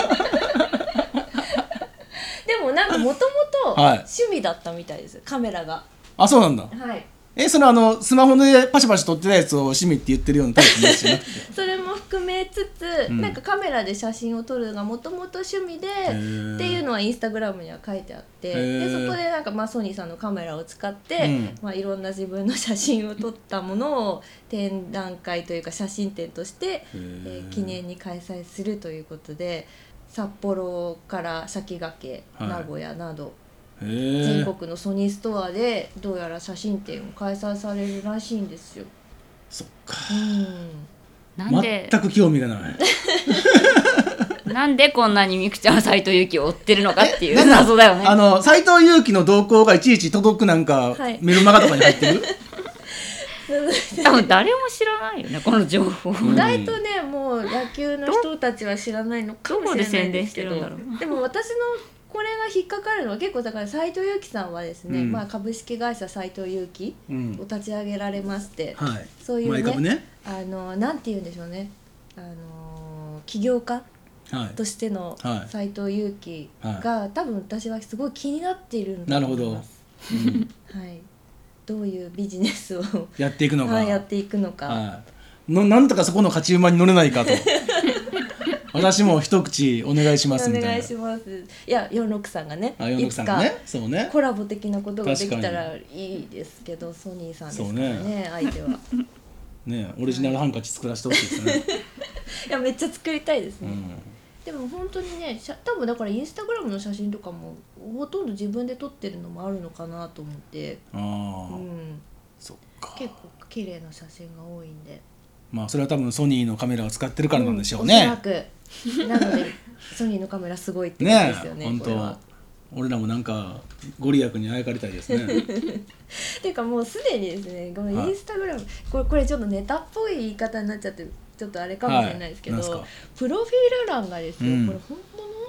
もなんかもともとはい趣味だったみたいです、カメラが。 あ、そうなんだ。 はい、 そのスマホでパシパシ撮ってたやつを趣味って言ってるようなタイプのやつじゃなくてそれも含めつつ、 うんなんかカメラで写真を撮るのがもともと趣味でーっていうのはインスタグラムには書いてあって、 へーでそこでなんかソニーさんのカメラを使って、 うんいろんな自分の写真を撮ったものを展覧会というか写真展として、記念に開催するということで、札幌から先駆け、 はい名古屋などへ全ー国のソニーストアでどうやら写真展を開催されるらしいんですよ。 そっか、 なんで全く興味がないなんでこんなにみくちゃんは斉藤佑樹を追ってるのかっていう謎だよね。 斉藤佑樹の動向がいちいち届くなんか、 はいメルマガとかに入ってる多分誰も知らないよねこの情報。 意外とね、もう野球の人たちは知らないのかもしれないんですけど、 どこで宣伝してるんだろう。 でも私のこれが引っかかるのは結構だから斉藤佑樹さんはですね、 うん株式会社斉藤佑樹うんを立ち上げられまして、 はいそういう前株ねなんて言うんでしょうね、起業家はいとしてのはい斉藤佑樹が、多分私はすごい気になっているんだと思います。はい、どういうビジネスをやっていくのか、 やっていくのか、 なんとかそこの勝ち馬に乗れないかと私も一口お願いしますみたいな。 お願いします。いや、46さんがね、 46さんがね、そうね、 コラボ的なことができたらいいですけど、ソニーさんですからね、相手は。 ね、オリジナルハンカチ作らせてほしいですね。 いや、めっちゃ作りたいですね。 うんでも本当にね、多分だからインスタグラムの写真とかもほとんど自分で撮ってるのもあるのかなと思って、 ああ、 うん、 そっか。 結構綺麗な写真が多いんで。 まあそれは多分ソニーのカメラを使ってるからなんでしょうね。 おそらくなのでソニーのカメラすごいってことですよね。 本これは当。俺らもなんかご利益にあやかりたいですね。 ていうかもうすでにですね、このインスタグラム、これちょっとネタっぽい言い方になっちゃってちょっとあれかもしれないですけど、 はいなんすかプロフィール欄がですよ、 うんこれ本物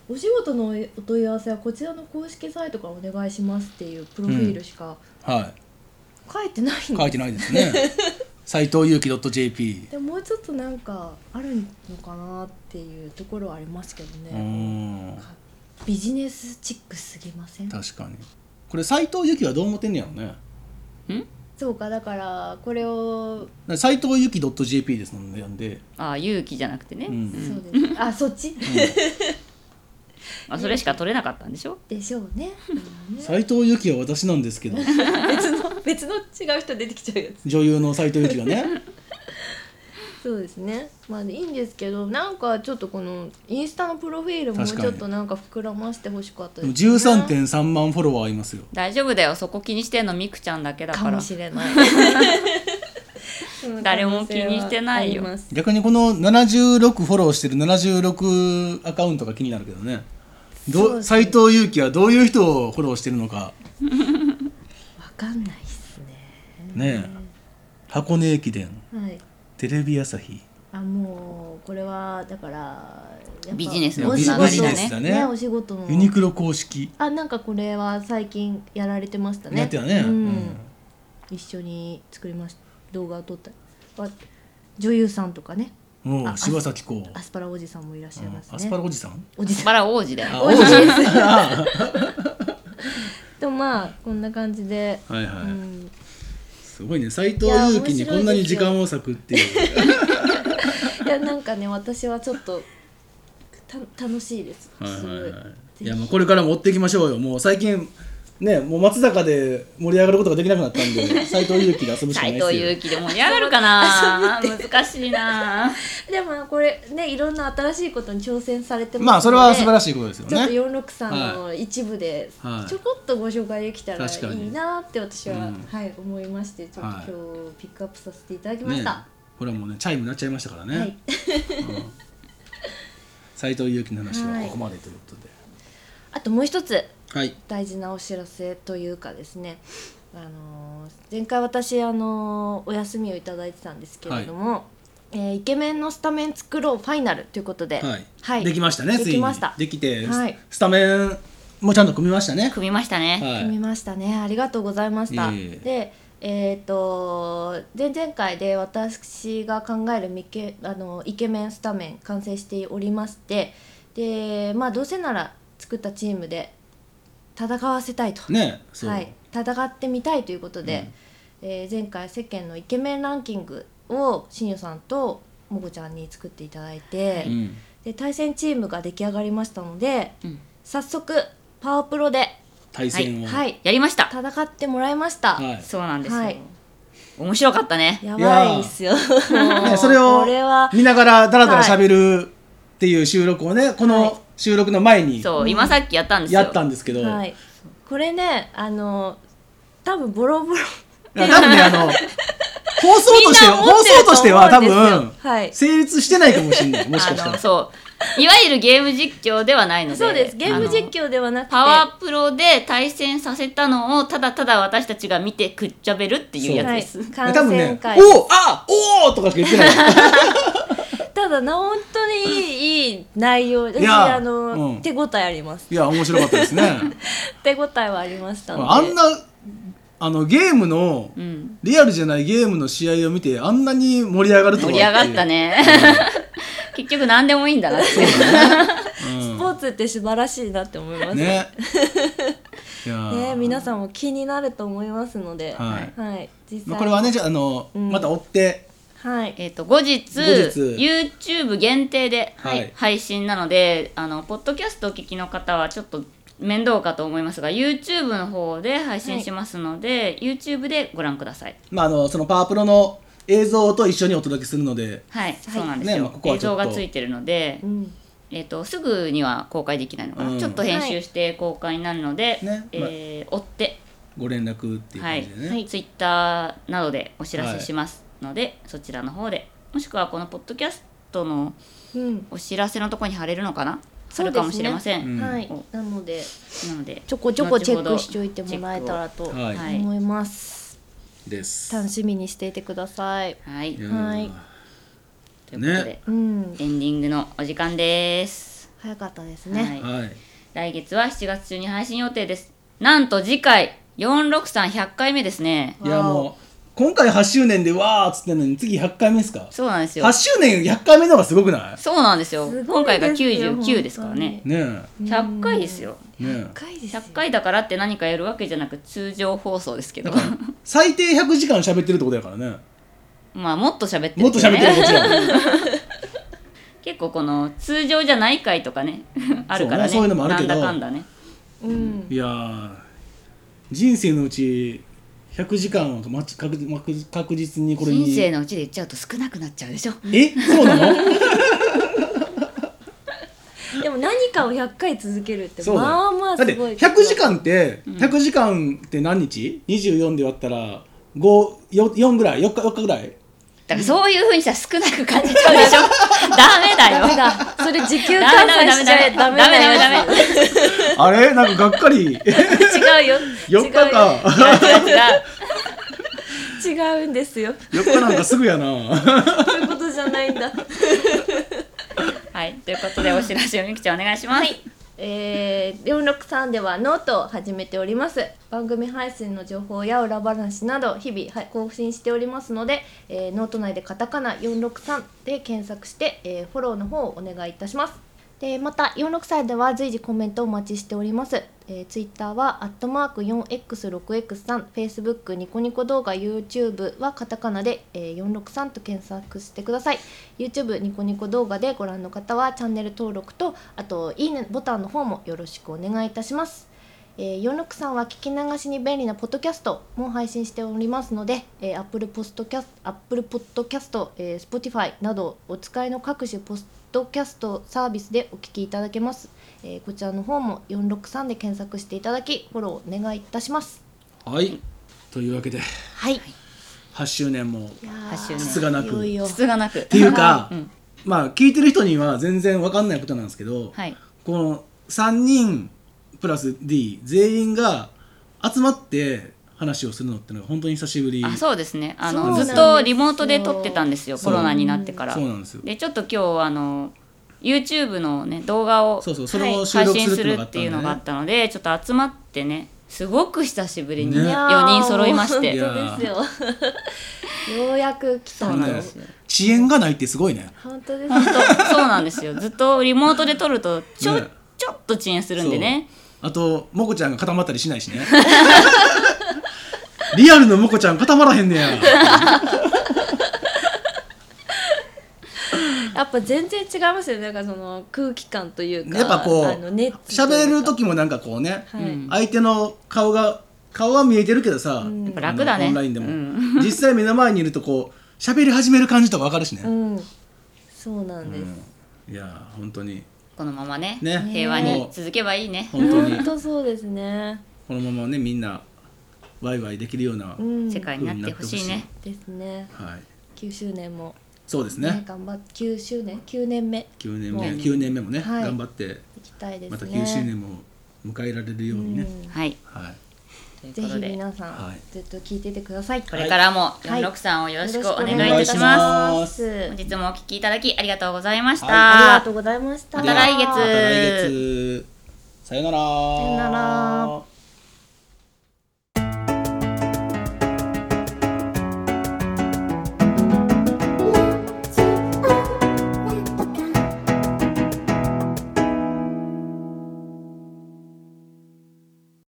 お仕事のお問い合わせはこちらの公式サイトからお願いしますっていうプロフィールしかはい書いてないんです、 書いてないですね斉藤祐樹 .jp でももうちょっとなんかあるのかなっていうところはありますけどね。ビジネスチックすぎません？ 確かに。これ斉藤由紀はどう思ってんねやろね。 そうか、だからこれを斉藤由紀 .jp ですので、なんでああ勇気じゃなくてね、 そうですあ、そっち、 まあ、それしか取れなかったんでしょ。 でしょうね。 斉藤由紀は私なんですけど別の違う人出てきちゃうやつ。 女優の斉藤由紀がねそうですね。まあいいんですけど、なんかちょっとこのインスタのプロフィールもちょっとなんか膨らましてほしかったですね。 13.3 万フォロワーいますよ。 大丈夫だよ、そこ気にしてんのみくちゃんだけだから。 かもしれない誰も気にしてないよ。 逆にこの76フォローしてる76アカウントが気になるけどね。斉藤由紀はどういう人をフォローしてるのかわかんないっすね。 ねえ、箱根駅伝、 はい。 テレビ朝日、 もうこれはだからやっぱビジネスのお仕つながり事だね。 ねお仕事のユニクロ公式なんかこれは最近やられてましたね。 やってたね、 一緒に作りました。動画を撮った女優さんとかね。 柴咲コウ、 アスパラおじさんもいらっしゃいますね。 アスパラおじさん、 おじさん。 バラ王子だよ。 王子でもまあこんな感じで、 はいはい、すごいね、斉藤由紀にこんなに時間を割くっていういやなんかね、私はちょっと楽しいです。すごい。 いや、もうこれからも追っていきましょうよ。もう最近ね、もう松坂で盛り上がることができなくなったんで斉藤由紀で遊ぶしかないですよ。 斉藤由紀で盛り上がるかな難しいな。 でもこれね、いろんな新しいことに挑戦されてますので、 まあそれは素晴らしいことですよね。 ちょっと463の一部でちょこっとご紹介できたらいいなって私は、思いまして、ちょっと今日ピックアップさせていただきました。 これはもうね、チャイム鳴っちゃいましたからね、 はい、 斉藤由紀の話はここまでということで、 あともう一つはい、 大事なお知らせというかですね、前回私お休みをいただいてたんですけれども、イケメンのスタメン作ろうファイナルということで、 できましたね。 できました。 できて、スタメンもちゃんと組みましたね。 組みましたね、 組みましたね。ありがとうございました。で前々回で私が考えるイケメンスタメン完成しておりまして、でまあどうせなら作ったチームで戦わせたいと、 ね、そう、 戦ってみたいということで、前回世間のイケメンランキングをしんよさんともこちゃんに作っていただいて、で対戦チームが出来上がりましたので、早速パワープロで対戦を、 やりました。 戦ってもらいました。 そうなんですよ、面白かったね。 やばいっすよね、それを見ながらダラダラ喋るっていう収録をね、この収録の前に、 今さっきやったんですよ。 やったんですけど、 これね、多分ボロボロ多分ね、放送としては多分成立してないかもしれない。もしかしたらそういわゆるゲーム実況ではないので、 そうです、ゲーム実況ではなくてパワープロで対戦させたのをただただ私たちが見てくっちゃべるっていうやつです。 観戦会、 おーとかしか言ってないただ本当にいい内容で、手応えあります。 いや、面白かったですね手応えはありましたので、 あんなゲームの、リアルじゃないゲームの試合を見てあんなに盛り上がるとは。 盛り上がったね結局何でもいいんだなって。 そうだね、 スポーツって素晴らしいなって思いますね皆さんも気になると思いますので、実際これはね、じゃまた追って、 後日 YouTube 限定で配信なので、ポッドキャストをお聞きの方はちょっと面倒かと思いますが YouTube の方で配信しますので、YouTube でご覧ください。 そのパワープロの映像と一緒にお届けするので、 そうなんですよ、映像がついてるので、すぐには公開できないのかな、ちょっと編集して公開になるので、追ってご連絡っていう感じでね、 Twitter などでお知らせしますので、そちらの方で、もしくはこのポッドキャストのお知らせのところに貼れるのかな、貼るかもしれません。 なのでちょこちょこチェックしておいてもらえたらと思います。楽しみにしていてください。 ということで、エンディングのお時間です。 早かったですね。 はいはい来月は7月中に配信予定です。なんと次回463100回目ですね。 いやもう今回8周年でわーっつってんのに次100回目ですか。 そうなんですよ 8周年100回目の方がすごくない？ そうなんですよすごいですよ今回が99ですからね。 ね 100回ですよ。 えねえ回ですよ 100回だからって何かやるわけじゃなく通常放送ですけど最低100時間喋ってるってことやからね。 まあもっと喋ってるけどねもっと喋ってるこっちや結構この通常じゃない回とかねあるからねそういうのもあるけどなんだかんだね。 うんいやー人生のうち100時間は確実にこれに人生のうちで言っちゃうと少なくなっちゃうでしょ。 そうなのでも何かを100回続けるってそうだよまあまあだってすごい 100時間って100時間って何日 ?24 で割ったら4ぐらい4日ぐらいだからそういう風にしたら少なく感じちゃうでしょダメだよダメだそれ時給換算しちゃダメだよダメあれなんかがっかり違うよ 4日か違う違うんですよ 4日なんかすぐやなそういうことじゃないんだはいということでお知らせをみきちゃんお願いします。 はい463ではノートを始めております。番組配信の情報や裏話など日々更新しておりますので、ノート内でカタカナ463で検索して、フォローの方をお願いいたします。でまた463では随時コメントをお待ちしております。ツイッターは@4x6x3、Facebook、ニコニコ動画、YouTube はカタカナで、463と検索してください。YouTube、ニコニコ動画でご覧の方はチャンネル登録とあといいねボタンの方もよろしくお願いいたします。463は聞き流しに便利なポッドキャストも配信しておりますので、Apple Podcast、Spotify などお使いの各種ポッドキャストサービスでお聞きいただけます。こちらの方も463で検索していただきフォローお願いいたします。 はいというわけではい 8周年もいや 8周年つつがなくいよいよ質がなくっていうか、 うんまあ聞いてる人には全然分かんないことなんですけど、 はいこの3人プラス D 全員が集まって話をするのってのが本当に久しぶり。 あそうですねそうなんですよずっとリモートで撮ってたんですよそうコロナになってから。 そうなんですよ。 でちょっと今日YouTube のね動画をそうそれを収配録す信するっるってていうういのがあっのがあったのでちょっと集まってねすごく久しぶりにね 4人揃いましいてや本当ですよようやく来たそうのなんですよ遅延がないってすごいね。 本当です本当そうなんですよずっとリモートで撮るとちょっと遅延するんでね。 あともこちゃんが固まったりしないしね。リアルのもこちゃん固まらへんねや。 やっぱ全然違いますよね。なんかその空気感というかやっぱこう熱というか喋る時もなんかこうね、 はいうん相手の顔は見えてるけどさ、 んやっぱ楽だねオンラインでも、 うん実際目の前にいるとこう喋り始める感じとか分かるしね、 うんそうなんです、 いやー本当にこのままねね平和に続けばいいね。 本当に本当そうですね、 このままねみんなワイワイできるような、 うん、 世界になってほしいね。 ですね。 はい 9周年もそうですね頑張って9周年9年目 9年もう目9年目もね、 はい頑張って行きたいですね。 また9周年も迎えられるようにね、 はいはいぜひということで皆さん、 はいずっと聞いててください。 これからもはい 463をよろしくおよろ願いいたしお願まいしす。本日もお聞きいただきありがとうございました。 はいありがとうございました。 また来月また来月さよならさよなら。